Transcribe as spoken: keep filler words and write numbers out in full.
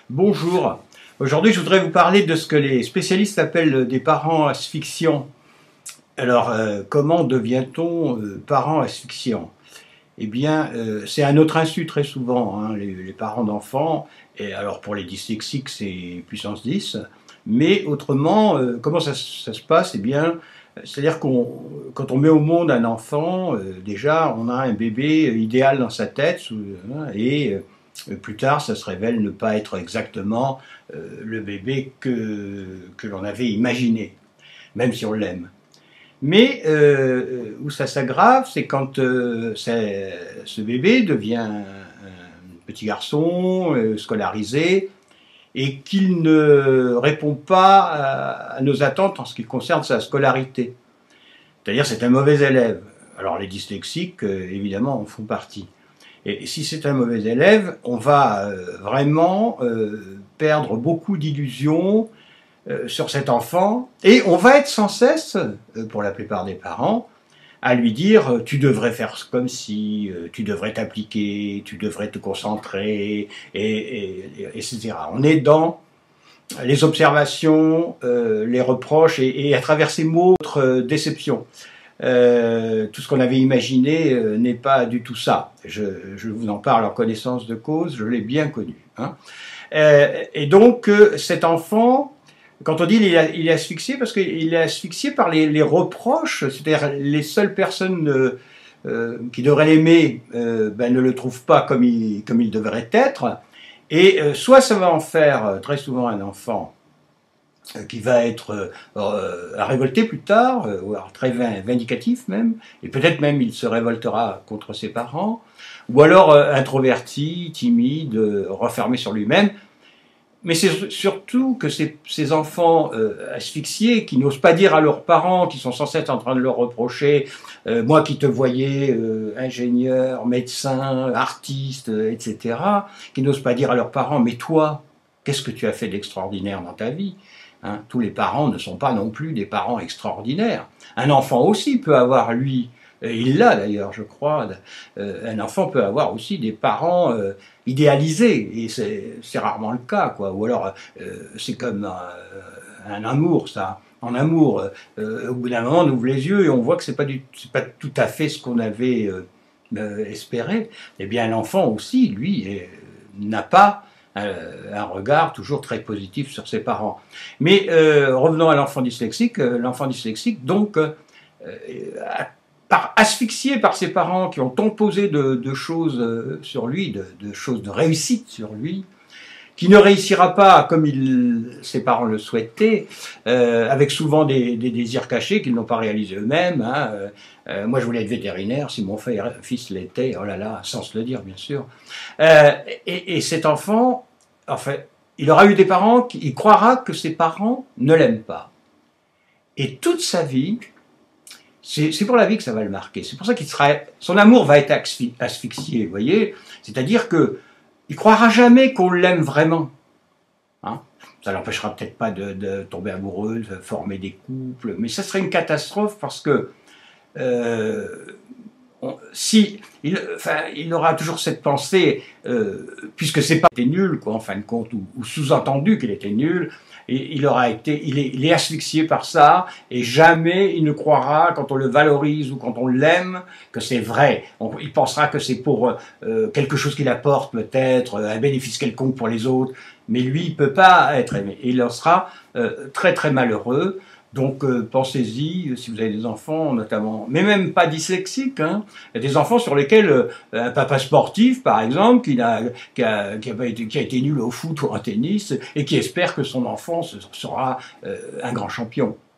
Bonjour. Aujourd'hui, je voudrais vous parler de ce que les spécialistes appellent des parents asphyxiants. Alors, euh, comment devient-on euh, parent asphyxiant? Eh bien, euh, c'est à notre insu très souvent, hein, les, les parents d'enfants. Et alors, pour les dyslexiques, c'est puissance dix. Mais autrement, euh, comment ça, ça se passe? Eh bien, c'est-à-dire qu'on, quand on met au monde un enfant, euh, déjà, on a un bébé idéal dans sa tête, hein, et euh, plus tard, ça se révèle ne pas être exactement euh, le bébé que, que l'on avait imaginé, même si on l'aime. Mais euh, où ça s'aggrave, c'est quand euh, ce bébé devient un, un petit garçon euh, scolarisé et qu'il ne répond pas à, à nos attentes en ce qui concerne sa scolarité. C'est-à-dire c'est un mauvais élève. Alors les dyslexiques, euh, évidemment, en font partie. Et si c'est un mauvais élève, on va euh, vraiment euh, perdre beaucoup d'illusions euh, sur cet enfant, et on va être sans cesse, euh, pour la plupart des parents, à lui dire « tu devrais faire comme si, euh, tu devrais t'appliquer, tu devrais te concentrer, et, et, et, etc. » On est dans les observations, euh, les reproches, et, et à travers ces mots, notre euh, déception. Euh, tout ce qu'on avait imaginé euh, n'est pas du tout ça. Je, je vous en parle en connaissance de cause, je l'ai bien connu. Hein. Euh, et donc, euh, cet enfant, quand on dit qu'il est, il est asphyxié, parce qu'il est asphyxié par les, les reproches, c'est-à-dire les seules personnes euh, euh, qui devraient l'aimer euh, ben, ne le trouvent pas comme il, comme il devrait être, et euh, soit ça va en faire euh, très souvent un enfant qui va être euh, révolté plus tard, euh, ou alors très vindicatif même, et peut-être même il se révoltera contre ses parents, ou alors euh, introverti, timide, euh, refermé sur lui-même. Mais c'est surtout que ces, ces enfants euh, asphyxiés, qui n'osent pas dire à leurs parents, qui sont censés être en train de leur reprocher euh, « moi qui te voyais euh, ingénieur, médecin, artiste, euh, et cetera » qui n'osent pas dire à leurs parents « mais toi, qu'est-ce que tu as fait d'extraordinaire dans ta vie ?» Hein, tous les parents ne sont pas non plus des parents extraordinaires. Un enfant aussi peut avoir, lui, il l'a d'ailleurs, je crois, euh, un enfant peut avoir aussi des parents euh, idéalisés, et c'est rarement le cas, quoi. Ou alors, euh, c'est comme un, un amour, ça. En amour, euh, au bout d'un moment, on ouvre les yeux et on voit que c'est pas, du, c'est pas tout à fait ce qu'on avait euh, euh, espéré. Eh bien, l'enfant aussi, lui, n'a pas un regard toujours très positif sur ses parents. Mais euh, revenons à l'enfant dyslexique. L'enfant dyslexique, donc, euh, par, asphyxié par ses parents qui ont tant posé de, de choses sur lui, de, de choses de réussite sur lui, qui ne réussira pas comme il, ses parents le souhaitaient, euh, avec souvent des, des désirs cachés qu'ils n'ont pas réalisés eux-mêmes. Hein. Euh, moi, je voulais être vétérinaire, si mon fils l'était, oh là là, sans se le dire, bien sûr. Euh, et, et cet enfant, en fait, il aura eu des parents, qui, il croira que ses parents ne l'aiment pas. Et toute sa vie, c'est pour la vie que ça va le marquer. C'est pour ça qu'il sera, son amour va être asphyxié, vous voyez. C'est-à-dire que il croira jamais qu'on l'aime vraiment. Hein, ça l'empêchera peut-être pas de, de tomber amoureux, de former des couples, mais ça serait une catastrophe parce que euh, on, si il, enfin, il aura toujours cette pensée, euh, puisque c'est pas été nul, quoi, en fin de compte, ou, ou sous-entendu qu'il était nul. Et il aura été, il est, il est asphyxié par ça, et jamais il ne croira, quand on le valorise ou quand on l'aime, que c'est vrai. On, il pensera que c'est pour euh, quelque chose qu'il apporte, peut-être, un bénéfice quelconque pour les autres, mais lui, il peut pas être aimé. Et il en sera euh, très très malheureux. Donc euh, pensez-y, si vous avez des enfants notamment, mais même pas dyslexiques, hein, des enfants sur lesquels euh, un papa sportif, par exemple, qui a, qui, a, qui, a pas été, qui a été nul au foot ou au tennis, et qui espère que son enfant sera euh, un grand champion.